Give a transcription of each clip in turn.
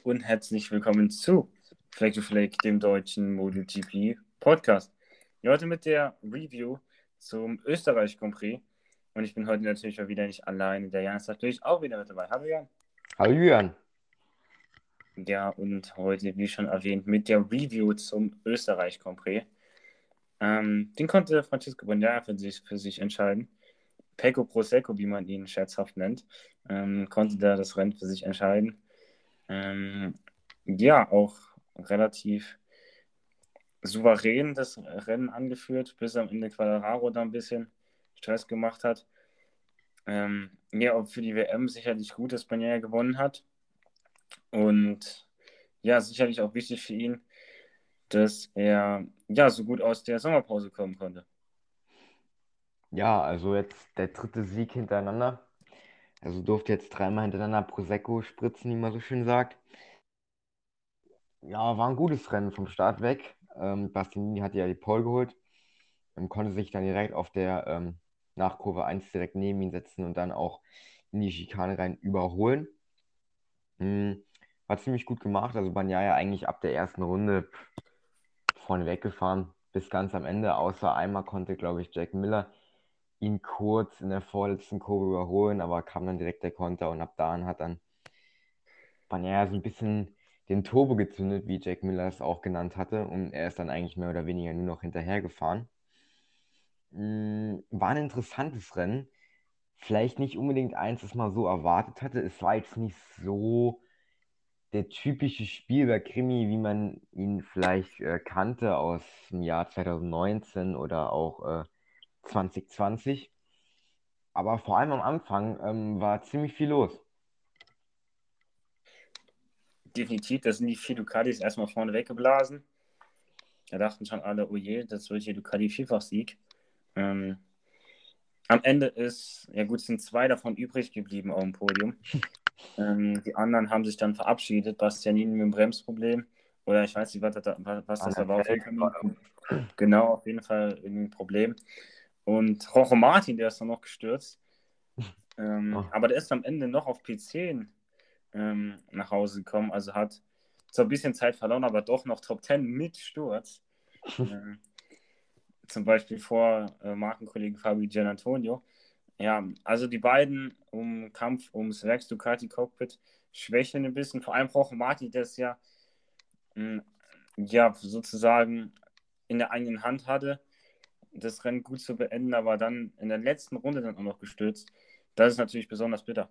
und herzlich willkommen zu Fleck to Fleck, dem deutschen MotoGP Podcast. Ja, heute mit der Review zum Österreich Grand Prix. Und ich bin heute natürlich auch wieder nicht alleine. Der Jan ist natürlich auch wieder mit dabei. Hallo Jan. Hallo Julian. Ja, und heute, wie schon erwähnt, mit der Review zum Österreich Grand Prix. Den konnte Francesco Bagnaia für sich entscheiden. Pecco Prosecco, wie man ihn scherzhaft nennt, konnte da das Rennen für sich entscheiden. Ja, auch relativ souverän das Rennen angeführt, bis am Ende Quartararo da ein bisschen Stress gemacht hat. Ja, auch für die WM sicherlich gut, dass Bagnaia gewonnen hat. Und ja, sicherlich auch wichtig für ihn, dass er ja so gut aus der Sommerpause kommen konnte. Ja, also jetzt der dritte Sieg hintereinander. Also durfte jetzt dreimal hintereinander Prosecco spritzen, wie man so schön sagt. Ja, war ein gutes Rennen vom Start weg. Bastianini hatte ja die Pole geholt und konnte sich dann direkt auf der nach Kurve 1 direkt neben ihn setzen und dann auch in die Schikane rein überholen. Hm, war ziemlich gut gemacht. Also Bagnaia eigentlich ab der ersten Runde vorne weggefahren bis ganz am Ende. Außer einmal konnte, glaube ich, Jack Miller ihn kurz in der vorletzten Kurve überholen, aber kam dann direkt der Konter und ab da hat dann Bagnaia so ein bisschen den Turbo gezündet, wie Jack Miller es auch genannt hatte, und er ist dann eigentlich mehr oder weniger nur noch hinterhergefahren. War ein interessantes Rennen. Vielleicht nicht unbedingt eins, das man so erwartet hatte. Es war jetzt nicht so der typische Spielberg-Krimi, wie man ihn vielleicht kannte aus dem Jahr 2019 oder auch 2020. Aber vor allem am Anfang war ziemlich viel los. Definitiv, da sind die vier Ducatis erstmal vorne weggeblasen. Da dachten schon alle, oh je, das wird hier Ducati-Vielfach-Sieg. Ähm, Am Ende ja gut, sind zwei davon übrig geblieben auf dem Podium. Die anderen haben sich dann verabschiedet. Bastianini mit dem Bremsproblem. Oder ich weiß nicht, was An das der da war. Auf Felge. jeden Fall genau, auf jeden Fall irgendwie ein Problem. Und Jorge Martin, der ist dann noch gestürzt. Oh, Aber der ist am Ende noch auf P10 nach Hause gekommen. Also hat zwar ein bisschen Zeit verloren, aber doch noch Top 10 mit Sturz. Ähm, Zum Beispiel vor Markenkollegen Fabio Giannantonio. Ja, also die beiden Kampf ums Werks Ducati Cockpit schwächeln ein bisschen. Vor allem Jorge Martin, der es mh, ja sozusagen in der eigenen Hand hatte, das Rennen gut zu beenden, aber dann in der letzten Runde dann auch noch gestürzt. Das ist natürlich besonders bitter.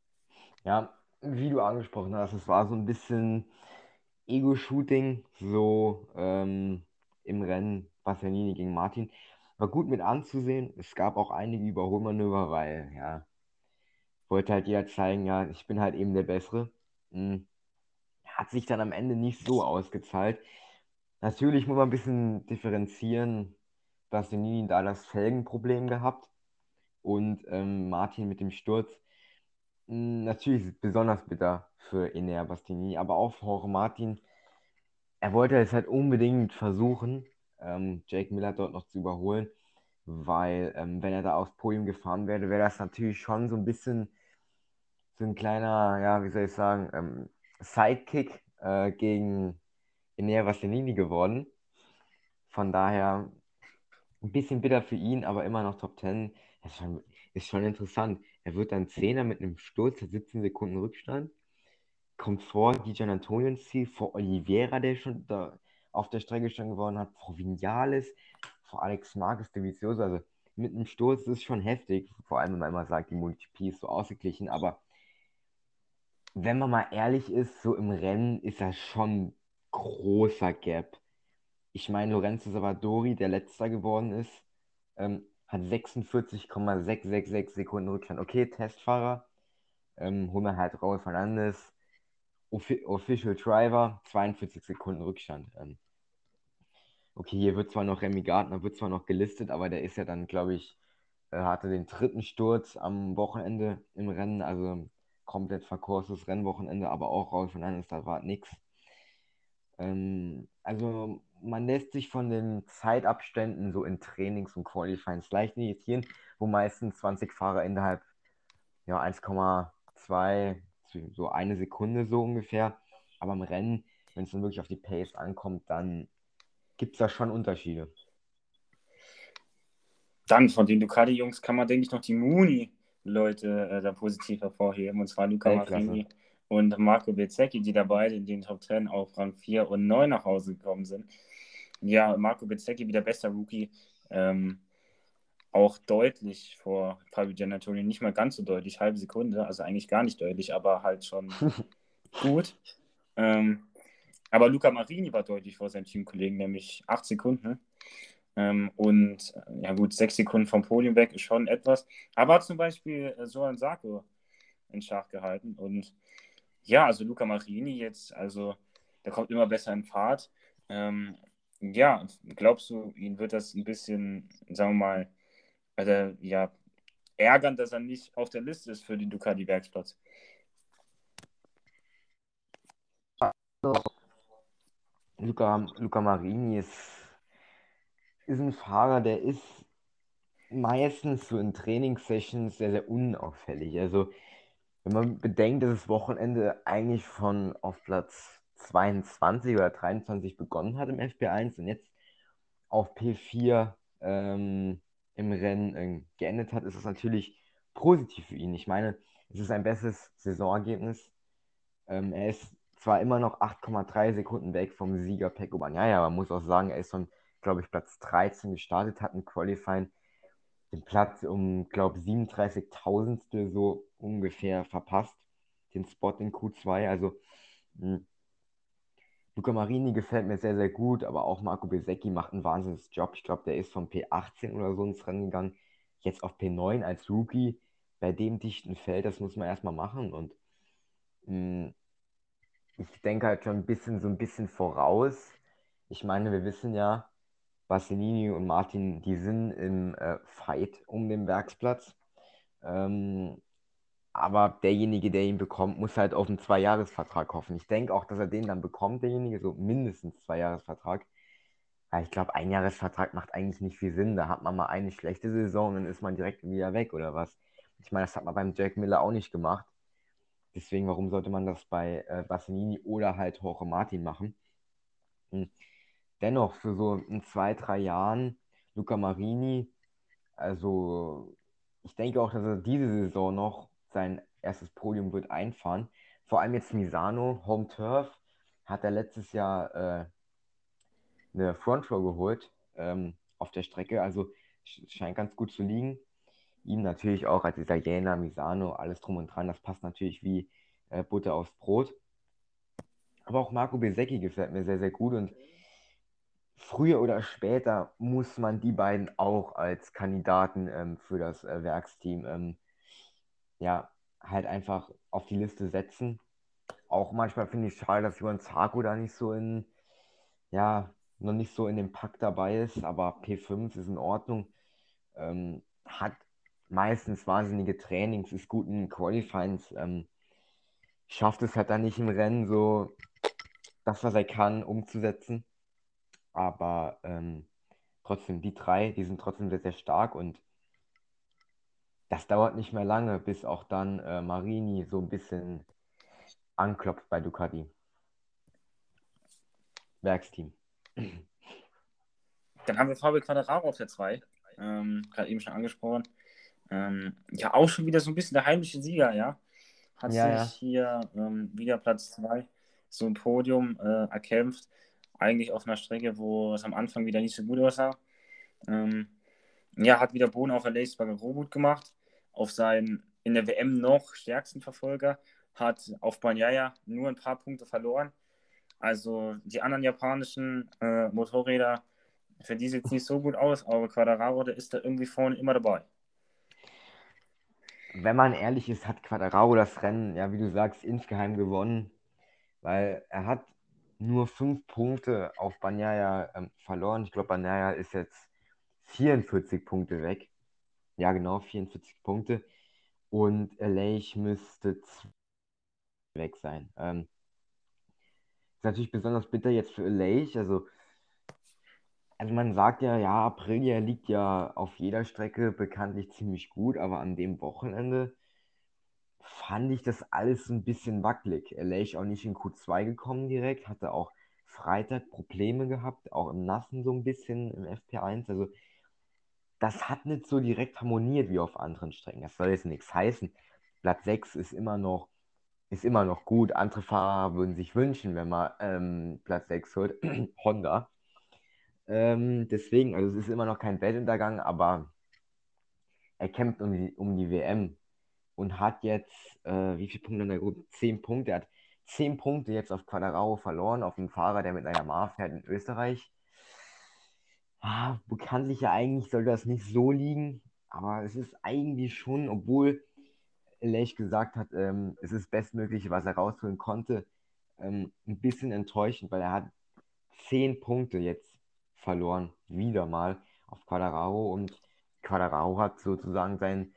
ja, wie du angesprochen hast, es war so ein bisschen Ego-Shooting, so im Rennen Bastianini gegen Martin. War gut mit anzusehen. Es gab auch einige Überholmanöver, weil, ja, wollte halt jeder zeigen, ja, ich bin halt eben der Bessere. Hm, hat sich dann am Ende nicht so ausgezahlt. Natürlich muss man ein bisschen differenzieren. Bastianini da das Felgenproblem gehabt und Martin mit dem Sturz. Natürlich ist es besonders bitter für Enea Bastianini, aber auch für Jorge Martin. Er wollte es halt unbedingt versuchen, Jake Miller dort noch zu überholen, weil wenn er da aufs Podium gefahren wäre, wäre das natürlich schon so ein bisschen so ein kleiner, ja, wie soll ich sagen, Sidekick gegen Enea Bastianini geworden. Von daher ein bisschen bitter für ihn, aber immer noch Top 10. Ist schon interessant. Er wird dann Zehner mit einem Sturz, hat 17 Sekunden Rückstand, kommt vor Gian Antonio ins Ziel, vor Oliveira, der schon da auf der Strecke schon gewonnen hat, vor Vinales, vor Alex Marquez Dovizioso. Also mit einem Sturz ist es schon heftig, vor allem wenn man immer sagt, die MotoGP ist so ausgeglichen, aber wenn man mal ehrlich ist, so im Rennen ist das schon großer Gap. Ich meine, Lorenzo Savadori, der letzter geworden ist, hat 46,666 Sekunden Rückstand. Okay, Testfahrer, holen wir halt Raul Fernandes, Official Driver, 42 Sekunden Rückstand. Okay, hier wird zwar noch Remy Gardner, wird zwar noch gelistet, aber der ist ja dann, glaube ich, hatte den dritten Sturz am Wochenende im Rennen, also komplett verkurstes Rennwochenende, aber auch Raul Fernandes, da war nichts. Also man lässt sich von den Zeitabständen so in Trainings und Qualifyings leicht irritieren, wo meistens 20 Fahrer innerhalb ja, 1,2, so eine Sekunde so ungefähr Aber im Rennen, wenn es dann wirklich auf die Pace ankommt, dann gibt es da schon Unterschiede. Dann von den Ducati-Jungs kann man, denke ich, noch die Muni-Leute da positiv hervorheben, und zwar Luca Weltklasse. Marini und Marco Bezzecchi, die da beide in den Top 10 auf Rang 4 und 9 nach Hause gekommen sind. Ja, Marco Bezzecchi wieder bester Rookie, auch deutlich vor Fabio Giannatoni, nicht mal ganz so deutlich, halbe Sekunde, also eigentlich gar nicht deutlich, aber halt schon gut. Aber Luca Marini war deutlich vor seinem Teamkollegen, nämlich 8 Sekunden. Ja gut, 6 Sekunden vom Podium weg ist schon etwas. Aber hat zum Beispiel Soran Sarko in Schach gehalten. Und ja, also Luca Marini jetzt, also der kommt immer besser in Fahrt. Ja, glaubst du, ihn wird das ein bisschen, sagen wir mal, ja, ärgern, dass er nicht auf der Liste ist für den Ducati-Werksplatz? Luca Marini ist ein Fahrer, der ist meistens so in Trainingssessions sehr, sehr unauffällig. Also, wenn man bedenkt, dass das Wochenende eigentlich von auf Platz 22 oder 23 begonnen hat im FP1 und jetzt auf P4 im Rennen geendet hat, ist es natürlich positiv für ihn. Ich meine, es ist sein bestes Saisonergebnis. Er ist zwar immer noch 8,3 Sekunden weg vom Sieger Pecco Bagnaia, aber man muss auch sagen, er ist von, glaube ich, Platz 13 gestartet, hat im Qualifying den Platz um, glaube ich, 37.000 so ungefähr verpasst, den Spot in Q2. Also mh, Luca Marini gefällt mir sehr, sehr gut, aber auch Marco Bezzecchi macht einen wahnsinnigen Job. Ich glaube, der ist von P18 oder so ins Rennen gegangen, jetzt auf P9 als Rookie. Bei dem dichten Feld, das muss man erstmal machen. Und mh, ich denke halt schon so ein bisschen voraus. Ich meine, wir wissen ja, Bastianini und Martin, die sind im Fight um den Werksplatz. Ähm, aber derjenige, der ihn bekommt, muss halt auf einen Zweijahresvertrag hoffen. Ich denke auch, dass er den dann bekommt, derjenige, so mindestens Zweijahresvertrag. Weil ich glaube, Einjahresvertrag macht eigentlich nicht viel Sinn. Da hat man mal eine schlechte Saison und dann ist man direkt wieder weg oder was. Ich meine, das hat man beim Jack Miller auch nicht gemacht. Deswegen, warum sollte man das bei Bastianini oder halt Jorge Martin machen? Hm. Dennoch, für so in 2, 3 Jahren Luca Marini, also ich denke auch, dass er diese Saison noch sein erstes Podium wird einfahren. Vor allem jetzt Misano, Home Turf, hat er letztes Jahr eine Front Row geholt auf der Strecke. Also scheint ganz gut zu liegen. Ihm natürlich auch als Italiener, Misano, alles drum und dran. Das passt natürlich wie Butter aufs Brot. Aber auch Marco Bezzecchi gefällt mir sehr, sehr gut. Und früher oder später muss man die beiden auch als Kandidaten für das Werksteam ja, halt einfach auf die Liste setzen. Auch manchmal finde ich schade, dass Johann Zarco da nicht so ja, noch nicht so in dem Pack dabei ist, aber P5 ist in Ordnung. Hat meistens wahnsinnige Trainings, ist gut in Qualifyings, schafft es halt dann nicht im Rennen so das, was er kann, umzusetzen. Aber trotzdem, die drei, die sind trotzdem sehr, sehr stark und das dauert nicht mehr lange, bis auch dann Marini so ein bisschen anklopft bei Ducati. Werksteam. Dann haben wir Fabio Quartararo auf der 2, gerade eben schon angesprochen. Ja, auch schon wieder so ein bisschen der heimliche Sieger, ja. Hat Ja, sich ja. hier wieder Platz 2, so ein Podium erkämpft. Eigentlich auf einer Strecke, wo es am Anfang wieder nicht so gut aussah. Ähm, ja, hat wieder Boden auf der Leichtsberger gut gemacht. Auf seinen in der WM noch stärksten Verfolger. Hat auf Bagnaia nur ein paar Punkte verloren. Also die anderen japanischen Motorräder, für die sieht es nicht so gut aus, aber Quadraro, der ist da irgendwie vorne immer dabei. Wenn man ehrlich ist, hat Quadraro das Rennen, ja, wie du sagst, insgeheim gewonnen, weil er hat nur 5 Punkte auf Bagnaia verloren. Ich glaube, Bagnaia ist jetzt 44 Punkte weg. Ja, genau, 44 Punkte. Und Leich müsste weg sein. Ist natürlich besonders bitter jetzt für Leich. Also man sagt ja, ja, Aprilia liegt ja auf jeder Strecke bekanntlich ziemlich gut, aber an dem Wochenende fand ich das alles ein bisschen wackelig. LA ist auch nicht in Q2 gekommen direkt, hatte auch Freitag Probleme gehabt, auch im Nassen so ein bisschen im FP1. Also das hat nicht so direkt harmoniert wie auf anderen Strecken. Das soll jetzt nichts heißen. Platz 6 ist immer noch gut. Andere Fahrer würden sich wünschen, wenn man Platz 6 holt. Honda. Deswegen, also es ist immer noch kein Weltuntergang, aber er kämpft um die WM und hat jetzt, wie viele Punkte in der Gruppe? 10 Punkte. Er hat 10 Punkte jetzt auf Quadraro verloren, auf einen Fahrer, der mit einer Yamaha fährt in Österreich. Bekanntlich ja eigentlich sollte das nicht so liegen, aber es ist eigentlich schon, obwohl Lech gesagt hat, es ist das Bestmögliche, was er rausholen konnte, ein bisschen enttäuschend, weil er hat 10 Punkte jetzt verloren, wieder mal auf Quadraro und Quadraro hat sozusagen seinen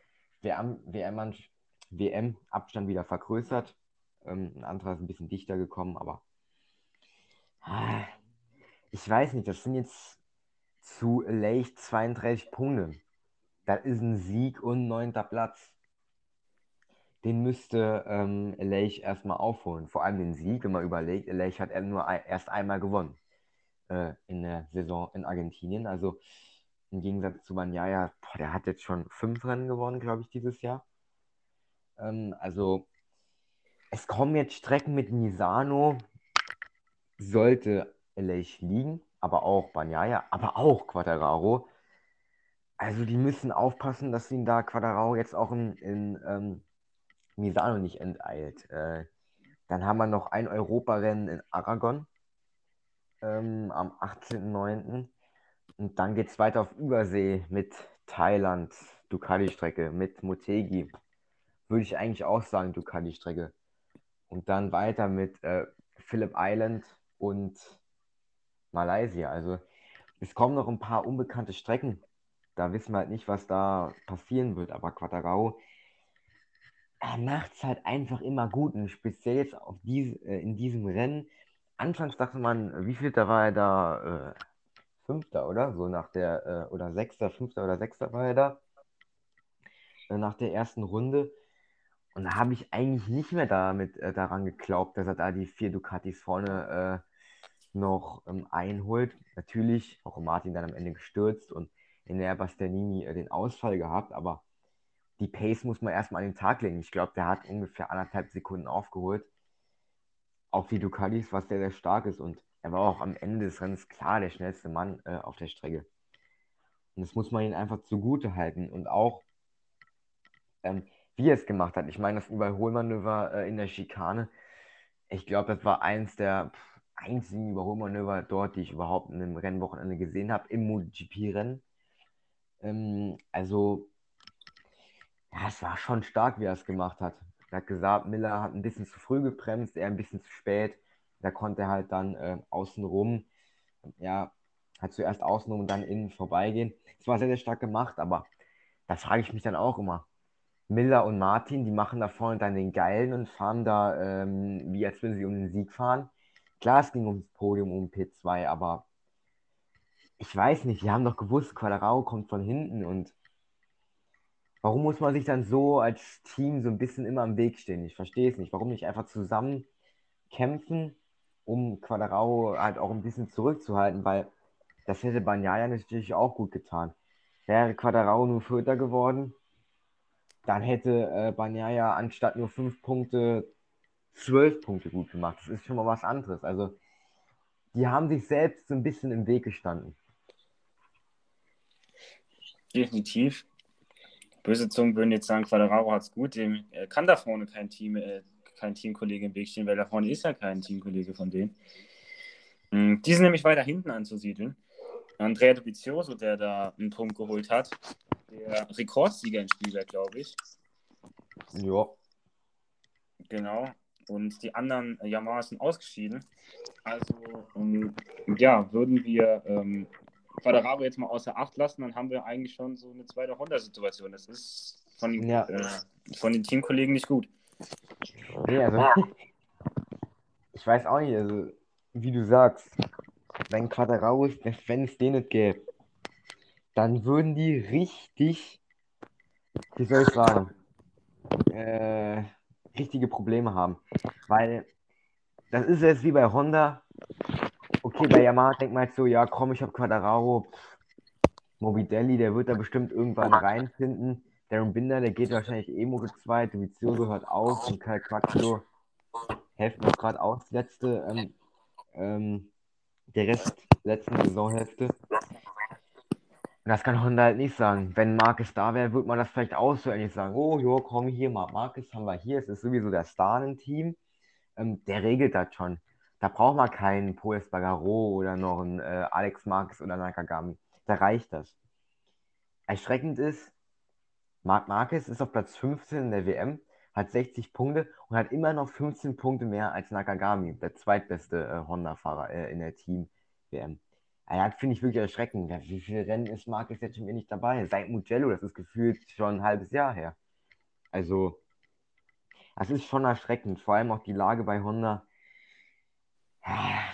WM-Abstand wieder vergrößert. Ein anderer ist ein bisschen dichter gekommen, aber ah, ich weiß nicht, das sind jetzt zu Lech 32 Punkte. Das ist ein Sieg und 9. Platz. Den müsste Lech erstmal aufholen. Vor allem den Sieg, wenn man überlegt, Lech hat erst einmal gewonnen in der Saison in Argentinien. Also im Gegensatz zu Bagnaia, der hat jetzt schon 5 Rennen gewonnen, glaube ich, dieses Jahr. Also es kommen jetzt Strecken mit Misano, sollte Lech liegen, aber auch Bagnaia, aber auch Quartararo. Also die müssen aufpassen, dass ihnen da Quartararo jetzt auch in Misano nicht enteilt. Dann haben wir noch ein Europarennen in Aragon am 18.09. Und dann geht es weiter auf Übersee mit Thailand, Ducati-Strecke, mit Motegi. Würde ich eigentlich auch sagen, Ducati-Strecke. Und dann weiter mit Phillip Island und Malaysia. Also es kommen noch ein paar unbekannte Strecken. Da wissen wir halt nicht, was da passieren wird. Aber Quattarao, er macht es halt einfach immer gut. Und speziell jetzt in diesem Rennen. Anfangs dachte man, wie viel da war er da? Fünfter, oder? So nach der, oder Sechster, Fünfter oder Sechster war er da. Nach der ersten Runde. Und da habe ich eigentlich nicht mehr daran geglaubt, dass er da die 4 Ducatis vorne noch einholt. Natürlich, auch Martin dann am Ende gestürzt und in der Bastianini den Ausfall gehabt, aber die Pace muss man erstmal an den Tag legen. Ich glaube, der hat ungefähr 1,5 Sekunden aufgeholt auf die Ducatis, was sehr, sehr stark ist. Und er war auch am Ende des Rennens klar der schnellste Mann auf der Strecke. Und das muss man ihm einfach zugute halten. Und auch, wie er es gemacht hat. Ich meine, das Überholmanöver in der Schikane, ich glaube, das war eins der einzigen Überholmanöver dort, die ich überhaupt in einem Rennwochenende gesehen habe, im MotoGP-Rennen. Also, ja, es war schon stark, wie er es gemacht hat. Er hat gesagt, Miller hat ein bisschen zu früh gebremst, er ein bisschen zu spät. Da konnte er halt dann außenrum, ja, hat zuerst außenrum und dann innen vorbeigehen. Es war sehr, sehr stark gemacht, aber da frage ich mich dann auch immer. Miller und Martin, die machen da vorne dann den Geilen und fahren da, wie als würden sie um den Sieg fahren. Klar, es ging ums Podium, um P2, aber ich weiß nicht, die haben doch gewusst, Quadraro kommt von hinten und warum muss man sich dann so als Team so ein bisschen immer im Weg stehen? Ich verstehe es nicht. Warum nicht einfach zusammen kämpfen, um Quadraro halt auch ein bisschen zurückzuhalten, weil das hätte Bagnaia natürlich auch gut getan. Wäre Quadraro nur Vierter geworden, dann hätte Bagnaia anstatt nur 5 Punkte 12 Punkte gut gemacht. Das ist schon mal was anderes. Also, die haben sich selbst so ein bisschen im Weg gestanden. Definitiv. Böse Zungen würden jetzt sagen, Quadraro hat es gut, dem kann da vorne kein Teamkollege im Weg stehen, weil da vorne ist ja kein Teamkollege von denen. Die sind nämlich weiter hinten anzusiedeln. Andrea Dovizioso, der da einen Punkt geholt hat, der Rekordsieger in Spielberg, glaube ich. Ja. Genau. Und die anderen Yamaha sind ausgeschieden. Also, ja, würden wir Quadraro jetzt mal außer Acht lassen, dann haben wir eigentlich schon so eine zweite Honda-Situation. Das ist von den Teamkollegen nicht gut. Nee, also, ich weiß auch nicht, also, wie du sagst, wenn Quadraro ist, wenn es den nicht gäbe, dann würden die richtig, wie soll ich sagen, äh, richtige Probleme haben. Weil das ist jetzt wie bei Honda. Okay, bei Yamaha denkt man halt so, ja komm, ich habe Quattararo, Morbidelli, der wird da bestimmt irgendwann reinfinden. Darren Binder, der geht wahrscheinlich eh Moto 2, Dovizioso hört auf und Kyle Crutchlow helft noch gerade aus, ähm, der Rest letzten Saisonhälfte. Und das kann Honda halt nicht sagen. Wenn Marquez da wäre, würde man das vielleicht auch so ähnlich sagen. Oh, jo, komm hier, Marquez haben wir hier. Es ist sowieso der Star im Team. Der regelt das schon. Da braucht man keinen Pol Espargaro oder noch einen Alex Marquez oder Nakagami. Da reicht das. Erschreckend ist, Marc Marquez ist auf Platz 15 in der WM, hat 60 Punkte und hat immer noch 15 Punkte mehr als Nakagami, der zweitbeste Honda-Fahrer in der Team-WM. Ja, finde ich wirklich erschreckend. Ja, wie viele Rennen ist Marquez jetzt schon wieder nicht dabei? Seit Mugello, das ist gefühlt schon ein halbes Jahr her. Also, das ist schon erschreckend. Vor allem auch die Lage bei Honda. Ja,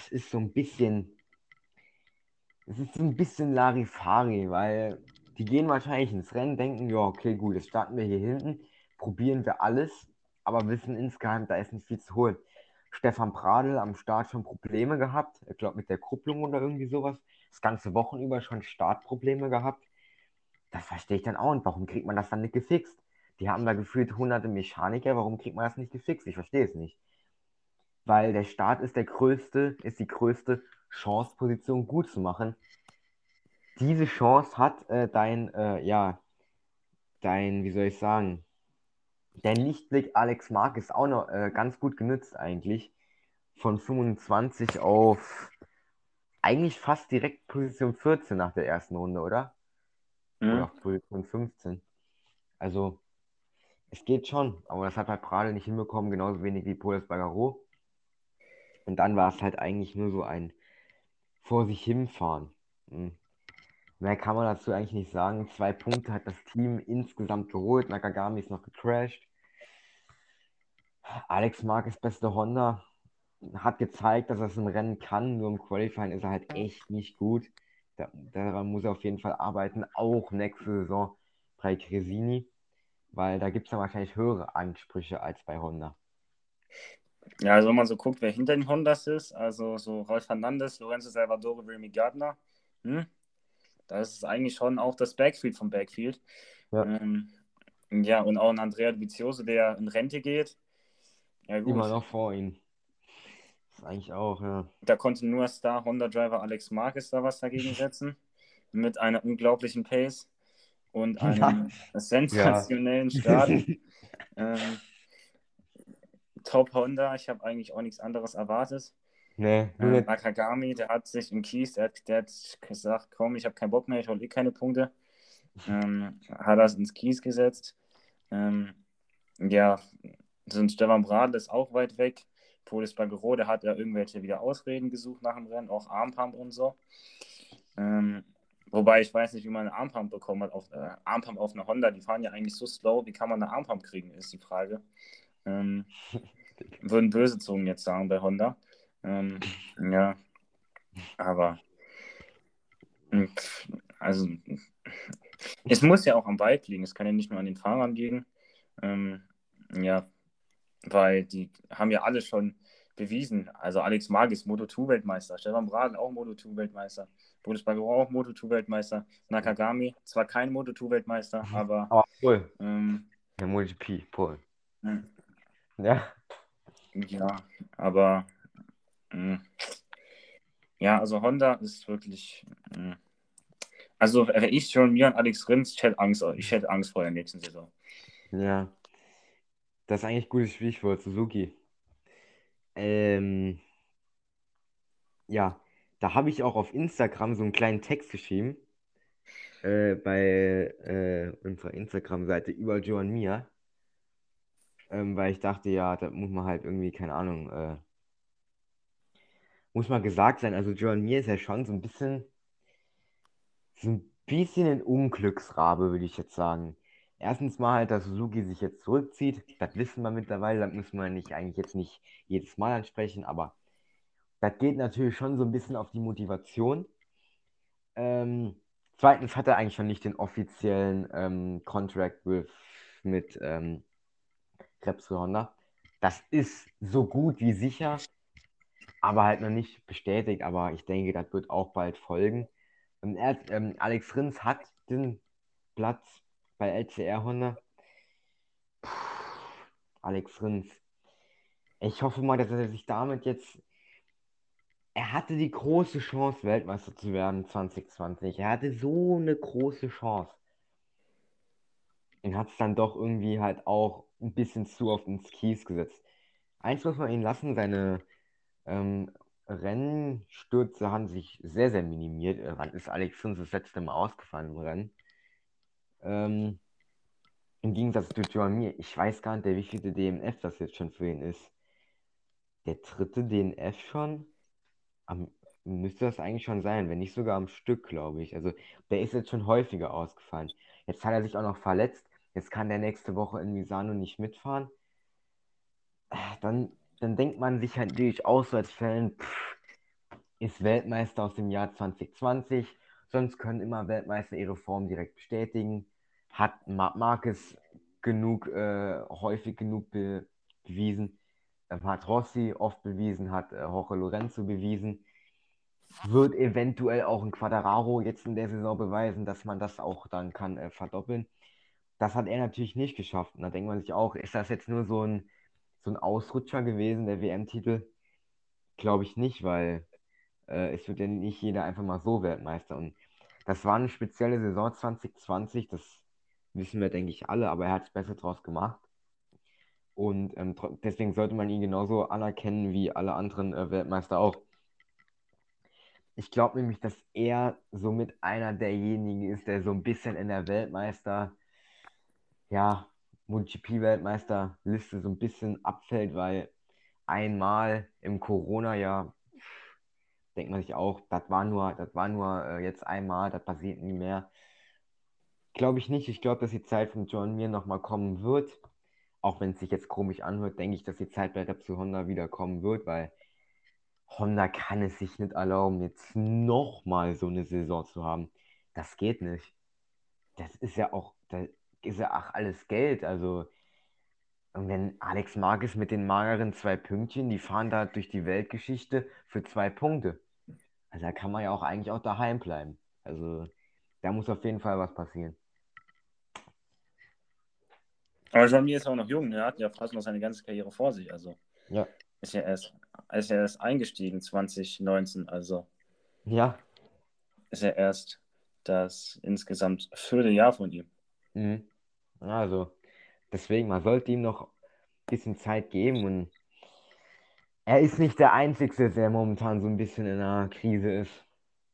es ist so ein bisschen Larifari, weil die gehen wahrscheinlich ins Rennen, denken, ja, okay, gut, jetzt starten wir hier hinten, probieren wir alles, aber wissen insgeheim, da ist nicht viel zu holen. Stefan Bradl am Start schon Probleme gehabt, ich glaube mit der Kupplung oder irgendwie sowas, das ganze Wochen über schon Startprobleme gehabt. Das verstehe ich dann auch nicht. Warum kriegt man das dann nicht gefixt? Die haben da gefühlt hunderte Mechaniker, warum kriegt man das nicht gefixt? Ich verstehe es nicht. Weil der Start ist die größte Chance-Position gut zu machen. Diese Chance hat wie soll ich sagen, der Lichtblick Alex Marquez auch noch ganz gut genützt eigentlich. Von 25 auf eigentlich fast direkt Position 14 nach der ersten Runde, oder? Oder Mhm. auf Position 15. Also, es geht schon, aber das hat halt Pradel nicht hinbekommen, genauso wenig wie Paul Espargaro. Und dann war es halt eigentlich nur so ein vor sich hinfahren. Hm. Mehr kann man dazu eigentlich nicht sagen. 2 Punkte hat das Team insgesamt geholt. Nakagami ist noch gecrashed. Alex Marquez beste Honda hat gezeigt, dass er es im Rennen kann. Nur im Qualifying ist er halt echt nicht gut. Daran muss er auf jeden Fall arbeiten. Auch nächste Saison bei Gresini. Weil da gibt es dann wahrscheinlich höhere Ansprüche als bei Honda. Ja, also wenn man so guckt, wer hinter den Hondas ist, also so Rolf Fernandes, Lorenzo Salvadori, Remy Gardner, hm? Das ist eigentlich schon auch das Backfield vom Backfield. Ja, Ähm, ja, und auch ein Andrea Dovizioso, der in Rente geht. Ja, immer gut. noch vor ihm. Das ist eigentlich auch, ja. Da konnte nur Star-Honda-Driver Alex Marquez da was dagegen setzen. Mit einer unglaublichen Pace und einem Ja. sensationellen Start. Ähm, Top Honda, ich habe eigentlich auch nichts anderes erwartet. Nee, nur nicht. Nakagami, der hat sich im Kies, der hat gesagt, komm, ich habe keinen Bock mehr, ich hole eh keine Punkte. Hat das ins Kies gesetzt. Ähm, ja, so ein Stefan Bradl ist auch weit weg. Polis Bagero, der hat ja irgendwelche wieder Ausreden gesucht nach dem Rennen, auch Armpump und so. Wobei ich weiß nicht, wie man eine Armpump bekommen hat. Armpump auf einer Honda, die fahren ja eigentlich so slow. Wie kann man eine Armpump kriegen, ist die Frage. Würden böse Zungen jetzt sagen bei Honda. Ja, aber also es muss ja auch am Bike liegen. Es kann ja nicht nur an den Fahrern liegen. Ähm, ja, weil die haben ja alle schon bewiesen. Also Alex Magis, Moto2-Weltmeister, Stefan Bradl auch Moto2-Weltmeister, Boris Bagero auch Moto2-Weltmeister, Nakagami zwar kein Moto2-Weltmeister, aber Aber Pol. ähm, Der MotoGP, Pol. hm, Ja. ja, aber hm, ja, also Honda ist wirklich. Also wäre ich schon mir und Alex Rins, ich hätte Angst vor der nächsten Saison. Ja. Das ist eigentlich ein gutes Stichwort, Suzuki. Ähm, ja, da habe ich auch auf Instagram so einen kleinen Text geschrieben, bei unserer Instagram-Seite über Joan Mir, weil ich dachte, ja, da muss man halt irgendwie, keine Ahnung, muss mal gesagt sein. Also Joan Mir ist ja schon so ein bisschen ein Unglücksrabe, würde ich jetzt sagen. Erstens mal halt, dass Suzuki sich jetzt zurückzieht. Das wissen wir mittlerweile, das müssen wir nicht, eigentlich jetzt nicht jedes Mal ansprechen, aber das geht natürlich schon so ein bisschen auf die Motivation. Zweitens hat er eigentlich schon nicht den offiziellen Contract mit Repsol Honda. Das ist so gut wie sicher, aber halt noch nicht bestätigt. Aber ich denke, das wird auch bald folgen. Alex Rins hat den Platz bei LCR Honda. Puh, Alex Rins. Ich hoffe mal, dass er sich damit jetzt. Er hatte die große Chance, Weltmeister zu werden 2020. Er hatte so eine große Chance. Und hat es dann doch irgendwie halt auch ein bisschen zu oft ins Kies gesetzt. Eins muss man ihn lassen, seine ähm, Rennstürze haben sich sehr, sehr minimiert. Wann ist Alex Rins das letzte Mal ausgefallen im Rennen? Ähm, Im Gegensatz zu Joan Mir, ich weiß gar nicht, der wievielte DNF das jetzt schon für ihn ist. Der dritte DNF schon? Am, Müsste das eigentlich schon sein, wenn nicht sogar am Stück, glaube ich. Also der ist jetzt schon häufiger ausgefallen. Jetzt hat er sich auch noch verletzt. Jetzt kann der nächste Woche in Misano nicht mitfahren. Dann denkt man sich halt natürlich Auswärtsfällen, ist Weltmeister aus dem Jahr 2020, sonst können immer Weltmeister ihre Form direkt bestätigen. Hat Marquez häufig genug bewiesen, hat Rossi oft bewiesen, hat Jorge Lorenzo bewiesen, wird eventuell auch ein Quattararo jetzt in der Saison beweisen, dass man das auch dann kann verdoppeln. Das hat er natürlich nicht geschafft. Und da denkt man sich auch, ist das jetzt nur so ein Ausrutscher gewesen, der WM-Titel? Glaube ich nicht, weil es wird ja nicht jeder einfach mal so Weltmeister. Und das war eine spezielle Saison 2020, das wissen wir, denke ich, alle, aber er hat es besser draus gemacht. Und deswegen sollte man ihn genauso anerkennen wie alle anderen Weltmeister auch. Ich glaube nämlich, dass er somit einer derjenigen ist, der so ein bisschen in der ja, MotoGP-Weltmeisterliste so ein bisschen abfällt, weil einmal im Corona-Jahr denkt man sich auch, das war nur jetzt einmal, das passiert nie mehr. Glaube ich nicht. Ich glaube, dass die Zeit von John Mir nochmal kommen wird. Auch wenn es sich jetzt komisch anhört, denke ich, dass die Zeit bei Repsol Honda wieder kommen wird, weil Honda kann es sich nicht erlauben, jetzt nochmal so eine Saison zu haben. Das geht nicht. Das ist ja auch alles Geld. Also, und wenn Alex Marquez mit den mageren 2 Pünktchen, die fahren da durch die Weltgeschichte für 2 Punkte. Also da kann man ja auch eigentlich auch daheim bleiben. Also da muss auf jeden Fall was passieren. Aber Joan Mir ist auch noch jung, er hat ja fast noch seine ganze Karriere vor sich. Also Ja, ist ja erst eingestiegen 2019, also ja. ist ja erst das insgesamt 4. Jahr von ihm. Mhm. Also deswegen, man sollte ihm noch ein bisschen Zeit geben und er ist nicht der Einzige, der momentan so ein bisschen in einer Krise ist.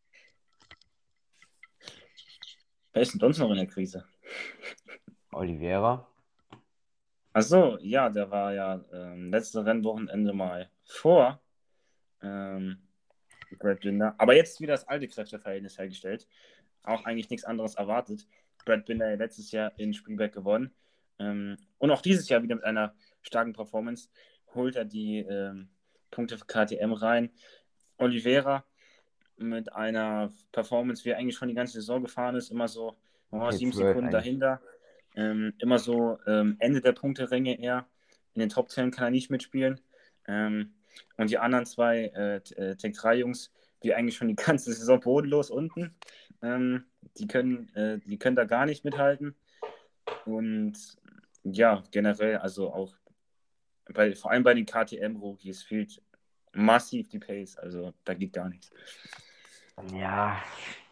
Wer ist denn sonst noch in der Krise? Oliveira. Ach so, ja, der war ja letzte Rennwochenende mal vor ähm, Brad Binder. Aber jetzt wieder das alte Kräfteverhältnis hergestellt. Auch eigentlich nichts anderes erwartet. Brad Binder ja letztes Jahr in Spielberg gewonnen. Und auch dieses Jahr wieder mit einer starken Performance holt er die Punkte für KTM rein. Oliveira mit einer Performance, wie er eigentlich schon die ganze Saison gefahren ist, immer so 7 P12 Sekunden eigentlich. dahinter. Immer so Ende der Punkteränge eher. In den Top 10 kann er nicht mitspielen. Und die anderen zwei Tech 3 Jungs, die eigentlich schon die ganze Saison bodenlos unten, ähm, die können da gar nicht mithalten. Und ja, generell, also auch vor allem bei den KTM-Rookies fehlt massiv die Pace. Also da geht gar nichts. Ja,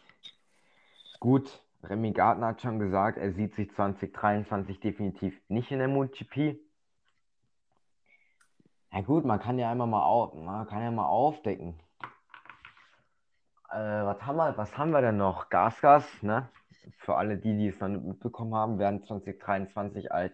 gut. Remy Gardner hat schon gesagt, er sieht sich 2023 definitiv nicht in der MotoGP. Ja gut, man kann ja mal aufdecken. Was haben wir denn noch? Gas, ne? Für alle die es noch nicht mitbekommen haben, werden 2023 als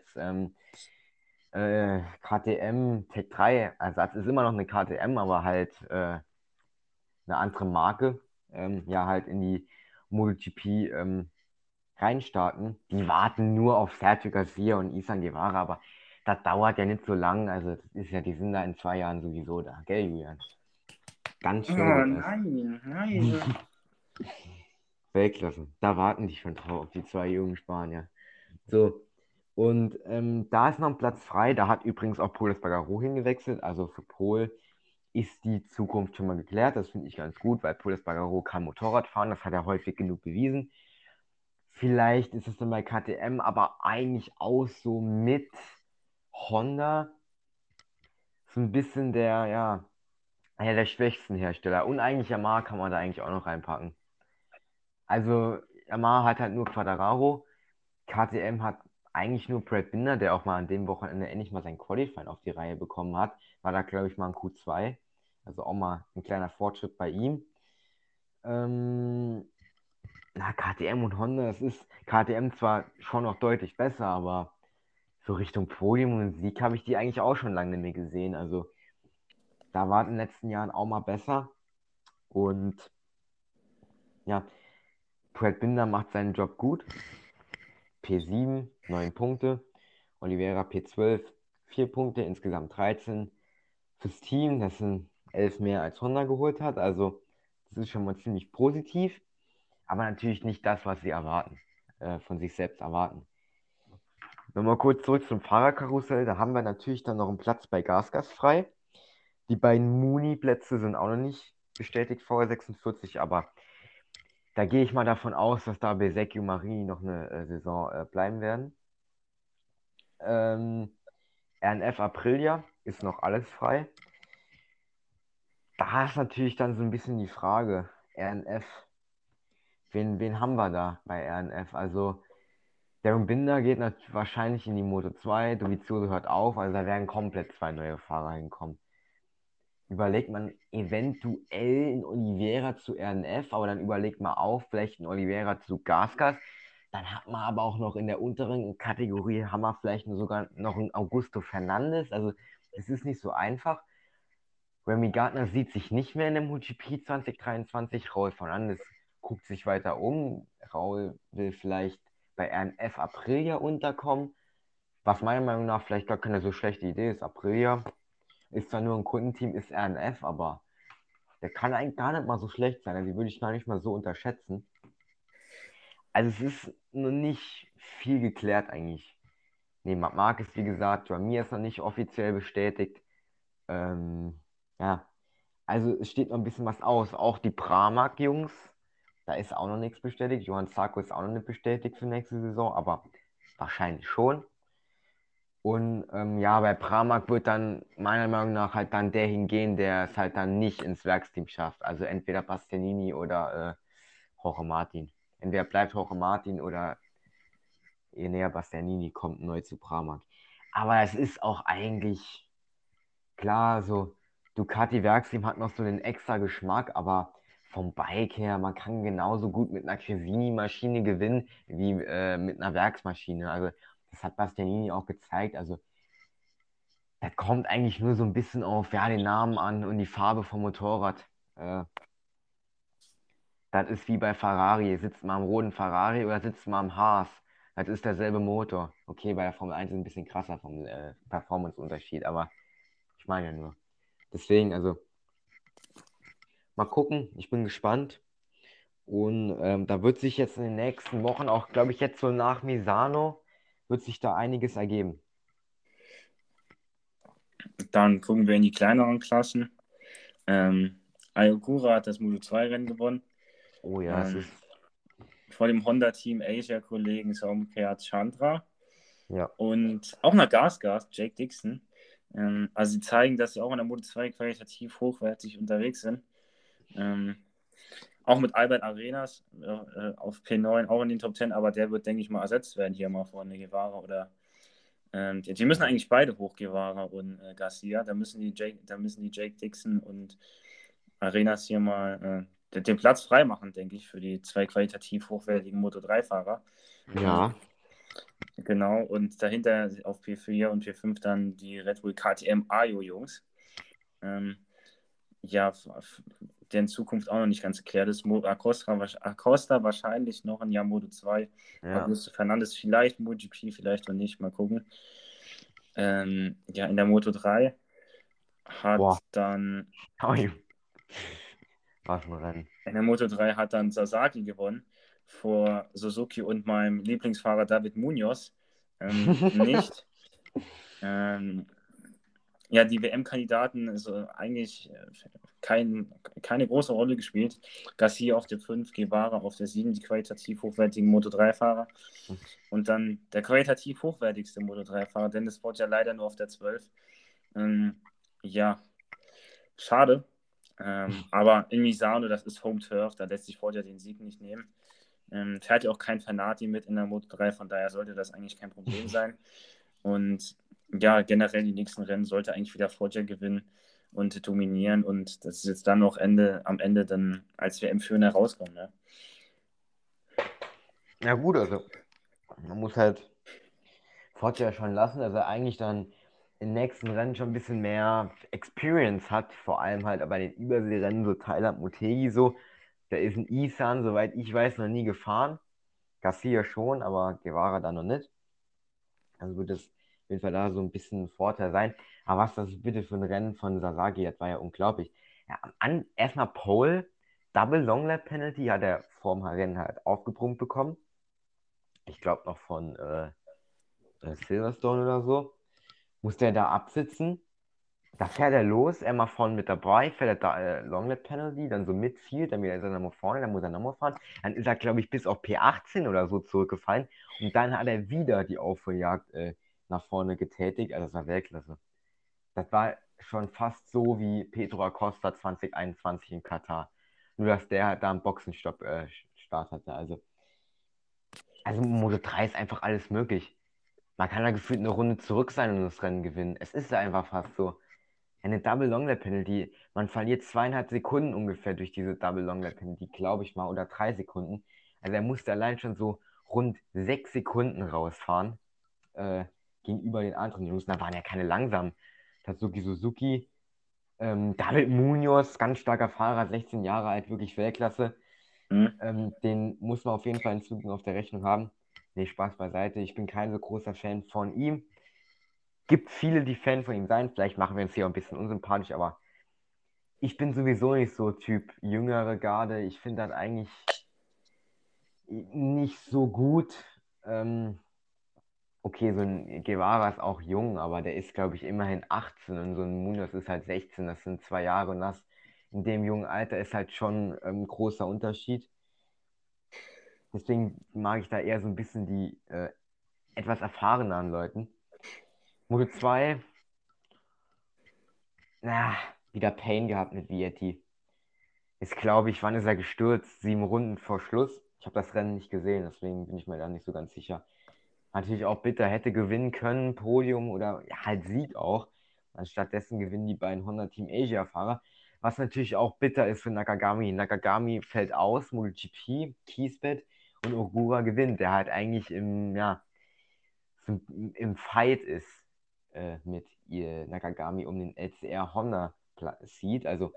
KTM Tech 3 Ersatz, ist immer noch eine KTM, aber halt eine andere Marke, ja, halt in die MotoGP reinstarten. Die warten nur auf Sergio Garcia und Isan Guevara, aber das dauert ja nicht so lang. Also, das ist ja, die sind da in 2 Jahren sowieso da, gell, Julian? Ganz Oh schnell geht das. nein, nein. Weltklasse. Da warten die schon drauf, die 2 jungen Spanier. So, Und da ist noch ein Platz frei. Da hat übrigens auch Pol Espargaro hingewechselt. Also für Pol ist die Zukunft schon mal geklärt. Das finde ich ganz gut, weil Pol Espargaro kann Motorrad fahren. Das hat er häufig genug bewiesen. Vielleicht ist es dann bei KTM, aber eigentlich auch so mit Honda so ein bisschen der schwächsten Hersteller. Und eigentlich Yamaha kann man da eigentlich auch noch reinpacken. Also Yamaha hat halt nur Quadraro. KTM hat eigentlich nur Brad Binder, der auch mal an dem Wochenende endlich mal sein Qualifying auf die Reihe bekommen hat. War da, glaube ich, mal ein Q2. Also auch mal ein kleiner Fortschritt bei ihm. Ähm, KTM und Honda, das ist KTM zwar schon noch deutlich besser, aber so Richtung Podium und Sieg habe ich die eigentlich auch schon lange nicht mehr gesehen. Also da war in den letzten Jahren auch mal besser. Und ja, Brad Binder macht seinen Job gut. P7, 9 Punkte. Oliveira P12, 4 Punkte, insgesamt 13. Fürs Team, das sind 11 mehr als Honda geholt hat. Also das ist schon mal ziemlich positiv. Aber natürlich nicht das, was sie erwarten, von sich selbst erwarten. Nochmal kurz zurück zum Fahrerkarussell. Da haben wir natürlich dann noch einen Platz bei Gasgas frei. Die beiden Muni-Plätze sind auch noch nicht bestätigt, VR46, aber da gehe ich mal davon aus, dass da Bezzecchi und Marini noch eine Saison bleiben werden. RNF Aprilia ist noch alles frei. Da ist natürlich dann so ein bisschen die Frage, RNF, wen haben wir da bei RNF? Also Darren Binder geht wahrscheinlich in die Moto 2, Dovizioso hört auf, also da werden komplett zwei neue Fahrer hinkommen. Überlegt man eventuell in Oliveira zu RNF, aber dann überlegt man auch vielleicht in Oliveira zu Gasgas. Dann hat man aber auch noch in der unteren Kategorie, haben wir vielleicht sogar noch einen Augusto Fernandes. Also es ist nicht so einfach. Remy Gardner sieht sich nicht mehr in der MotoGP 2023. Raul Fernandes guckt sich weiter um. Raul will vielleicht bei RNF Aprilia unterkommen. Was meiner Meinung nach vielleicht gar keine so schlechte Idee ist. Aprilia ist zwar nur ein Kundenteam, ist RNF, aber der kann eigentlich gar nicht mal so schlecht sein. Also die würde ich gar nicht mal so unterschätzen. Also es ist noch nicht viel geklärt eigentlich. Nee, Marc Marquez, wie gesagt, Joan ist noch nicht offiziell bestätigt. Ja, also es steht noch ein bisschen was aus. Auch die Pramac-Jungs, da ist auch noch nichts bestätigt. Johann Zarco ist auch noch nicht bestätigt für nächste Saison, aber wahrscheinlich schon. Und ja, bei Pramac wird dann meiner Meinung nach halt dann der hingehen, der es halt dann nicht ins Werksteam schafft. Also entweder Bastianini oder Jorge Martin. Entweder bleibt Jorge Martin oder Enea Bastianini kommt neu zu Pramac. Aber es ist auch eigentlich klar, so Ducati Werksteam hat noch so den extra Geschmack, aber vom Bike her, man kann genauso gut mit einer Cresini-Maschine gewinnen wie mit einer Werksmaschine. Also das hat Bastianini auch gezeigt. Also das kommt eigentlich nur so ein bisschen auf den Namen an und die Farbe vom Motorrad. Äh, Das ist wie bei Ferrari. Sitzt man am roten Ferrari oder sitzt man am Haas? Das ist derselbe Motor. Okay, bei der Formel 1 ist ein bisschen krasser vom Performance-Unterschied, aber ich meine ja nur. Deswegen, also mal gucken. Ich bin gespannt. Und da wird sich jetzt in den nächsten Wochen, auch glaube ich jetzt so nach Misano, wird sich da einiges ergeben. Dann gucken wir in die kleineren Klassen. Ayogura hat das Moto 2-Rennen gewonnen. Oh ja, es ist. Vor dem Honda-Team Asia-Kollegen Soumkar Chandra Ja. und auch nach Gasgas, Jake Dixon. Also sie zeigen, dass sie auch in der Moto 2 qualitativ hochwertig unterwegs sind. Auch mit Albert Arenas auf P9, auch in den Top 10, aber der wird, denke ich mal, ersetzt werden hier mal von Guevara oder die müssen eigentlich beide hoch, Guevara und Garcia. Da müssen die Jake Dixon und Arenas hier mal den Platz freimachen, denke ich, für die zwei qualitativ hochwertigen Moto3-Fahrer. Ja. Genau, und dahinter auf P4 und P5 dann die Red Bull KTM Ajo-Jungs. Ja, deren Zukunft auch noch nicht ganz geklärt ist. Acosta wahrscheinlich noch ein Jahr Moto 2. Ja. Augusto Fernandes vielleicht MotoGP, vielleicht auch nicht. Mal gucken. Ja, in der Moto 3 Boah. hat dann Was ein Rennen. in der Moto 3 hat dann Sasaki gewonnen vor Suzuki und meinem Lieblingsfahrer David Munoz. nicht. Ähm, ja, die WM-Kandidaten also eigentlich keine große Rolle gespielt. Garcia auf der 5, Guevara auf der 7, die qualitativ hochwertigen Moto3-Fahrer. Und dann der qualitativ hochwertigste Moto3-Fahrer, Dennis Foggia ja leider nur auf der 12. Ja, schade. Aber in Misano, das ist Home Turf, da lässt sich Foggia den Sieg nicht nehmen. Fährt ja auch kein Fanati mit in der Moto3, von daher sollte das eigentlich kein Problem sein. Und ja, generell die nächsten Rennen sollte eigentlich wieder Foggia gewinnen und dominieren und das ist jetzt dann noch am Ende dann als WM-Führender rauskommen. Ne? Ja gut, also man muss halt Foggia schon lassen, dass er eigentlich dann im nächsten Rennen schon ein bisschen mehr Experience hat, vor allem halt bei den Überseerennen, so Thailand, Motegi so. Da ist ein Isan, soweit ich weiß, noch nie gefahren. Garcia schon, aber Guevara da noch nicht. Also wird das auf jeden Fall da so ein bisschen ein Vorteil sein. Aber was das bitte für ein Rennen von Sasaki, das war ja unglaublich. Ja, erstmal Pole, Double Long Lap Penalty hat er vor dem Rennen halt aufgebrummt bekommen. Ich glaube noch von Silverstone oder so. Musste er da absitzen. Da fährt er los, er mal vorne mit dabei, fährt er da Long Lap Penalty, dann so Midfield, dann wieder ist er nochmal vorne, dann muss er nochmal fahren. Dann ist er, glaube ich, bis auf P18 oder so zurückgefallen. Und dann hat er wieder die Aufholjagd nach vorne getätigt. Also das war Weltklasse. Das war schon fast so wie Pedro Acosta 2021 in Katar. Nur, dass der halt da einen Boxenstopp Start hatte. Also Moto 3 ist einfach alles möglich. Man kann da gefühlt eine Runde zurück sein und das Rennen gewinnen. Es ist einfach fast so. Eine Double Long Lap Penalty. Man verliert 2,5 Sekunden ungefähr durch diese Double Long Lap Penalty, glaube ich mal, oder 3 Sekunden. Also er musste allein schon so rund 6 Sekunden rausfahren gegenüber den anderen Jungs. Da waren ja keine langsamen. Tatsuki Suzuki, David Munoz, ganz starker Fahrer, 16 Jahre alt, wirklich Weltklasse. Mhm. Den muss man auf jeden Fall in Zukunft auf der Rechnung haben. Nee, Spaß beiseite. Ich bin kein so großer Fan von ihm. Gibt viele, die Fan von ihm sein. Vielleicht machen wir uns hier ein bisschen unsympathisch, aber ich bin sowieso nicht so Typ jüngere Garde. Ich finde das eigentlich nicht so gut. Okay, so ein Guevara ist auch jung, aber der ist, glaube ich, immerhin 18 und so ein Munoz ist halt 16. Das sind 2 Jahre und das in dem jungen Alter ist halt schon ein großer Unterschied. Deswegen mag ich da eher so ein bisschen die etwas erfahreneren Leuten. Moto 2, na, wieder Pain gehabt mit Vietti. Ist, glaube ich, wann ist er gestürzt? 7 Runden vor Schluss. Ich habe das Rennen nicht gesehen, deswegen bin ich mir da nicht so ganz sicher. Natürlich auch bitter, hätte gewinnen können, Podium oder ja, halt Sieg auch. Stattdessen gewinnen die beiden Honda Team Asia-Fahrer. Was natürlich auch bitter ist für Nakagami. Nakagami fällt aus, MotoGP, Kiesbett und Ogura gewinnt, der halt eigentlich im Fight ist mit ihr Nakagami um den LCR Honda Seat. Also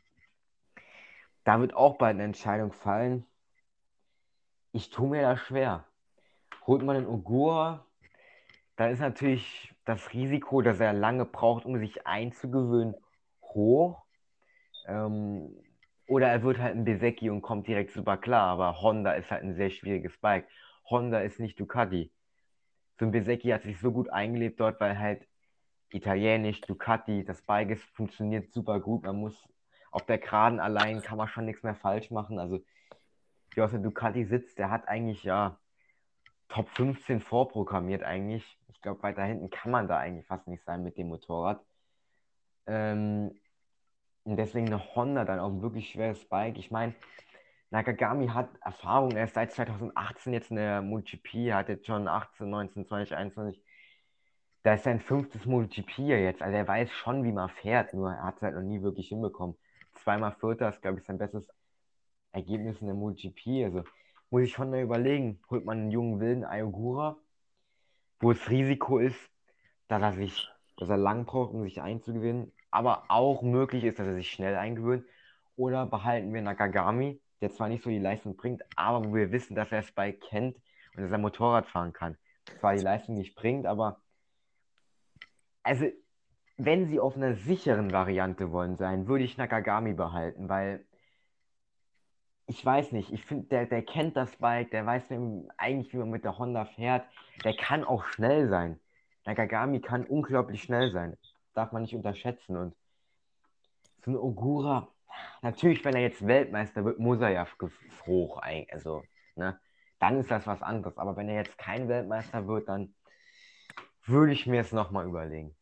da wird auch bald eine Entscheidung fallen. Ich tue mir das schwer. Holt man den Ogura, dann ist natürlich das Risiko, dass er lange braucht, um sich einzugewöhnen, hoch. Ähm, oder er wird halt ein Bezzecchi und kommt direkt super klar. Aber Honda ist halt ein sehr schwieriges Bike. Honda ist nicht Ducati. So ein Bezzecchi hat sich so gut eingelebt dort, weil halt italienisch, Ducati, das Bike funktioniert super gut. Man muss auf der Geraden allein kann man schon nichts mehr falsch machen. Also, wer auf der Ducati sitzt, der hat eigentlich ja Top 15 vorprogrammiert eigentlich. Ich glaube, weiter hinten kann man da eigentlich fast nicht sein mit dem Motorrad. Ähm, und deswegen eine Honda dann auch ein wirklich schweres Bike. Ich meine, Nakagami hat Erfahrung, er ist seit 2018 jetzt in der MotoGP, hat jetzt schon 18, 19, 20, 21. Da ist sein 5. MotoGP jetzt. Also er weiß schon, wie man fährt, nur er hat es halt noch nie wirklich hinbekommen. Zweimal Vierter ist, glaube ich, sein bestes Ergebnis in der MotoGP. Also muss ich schon mal überlegen, holt man einen jungen wilden Ayogura, wo das Risiko ist, dass er lang braucht, um sich einzugewinnen, aber auch möglich ist, dass er sich schnell eingewöhnt. Oder behalten wir Nakagami, der zwar nicht so die Leistung bringt, aber wo wir wissen, dass er das Bike kennt und dass er Motorrad fahren kann. Zwar die Leistung nicht bringt, aber also wenn sie auf einer sicheren Variante wollen sein, würde ich Nakagami behalten, weil ich weiß nicht, ich finde, der kennt das Bike, der weiß eigentlich, wie man mit der Honda fährt. Der kann auch schnell sein. Nakagami kann unglaublich schnell sein. Darf man nicht unterschätzen. Und so ein Ogura, natürlich, wenn er jetzt Weltmeister wird, muss er ja hoch. Also, ne? Dann ist das was anderes. Aber wenn er jetzt kein Weltmeister wird, dann würde ich mir es nochmal überlegen.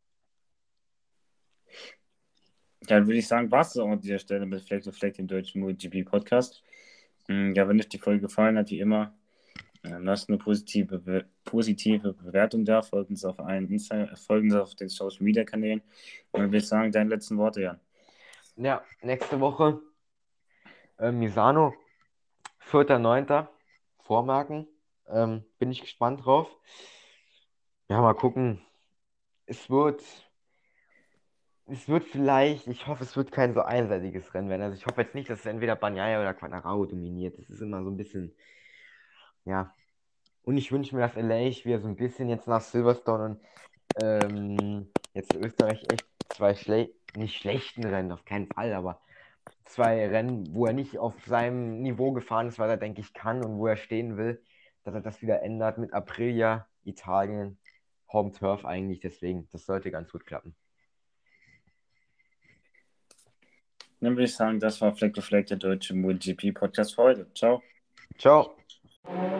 Dann würde ich sagen, war es an dieser Stelle mit Fleck to Fleck, dem deutschen MotoGP-Podcast. Ja, wenn euch die Folge gefallen hat, wie immer, lasst eine positive Bewertung da, folgt uns auf folgt uns auf den Social Media Kanälen. Und dann würde ich sagen, deine letzten Worte, Jan. Ja, nächste Woche Misano, 4.9. Vormerken. Bin ich gespannt drauf. Ja, mal gucken. Es wird, es wird vielleicht, ich hoffe, es wird kein so einseitiges Rennen werden. Also ich hoffe jetzt nicht, dass es entweder Bagnaia oder Quartararo dominiert. Das ist immer so ein bisschen, ja. Und ich wünsche mir, dass LA wieder so ein bisschen jetzt nach Silverstone und jetzt Österreich echt zwei nicht schlechten Rennen, auf keinen Fall, aber zwei Rennen, wo er nicht auf seinem Niveau gefahren ist, was er, denke ich, kann und wo er stehen will, dass er das wieder ändert mit Aprilia, Italien, Home Turf eigentlich. Deswegen, das sollte ganz gut klappen. Dann würde ich sagen, das war Fleck to Fleck, der deutsche MotoGP-Podcast für heute. Ciao. Ciao.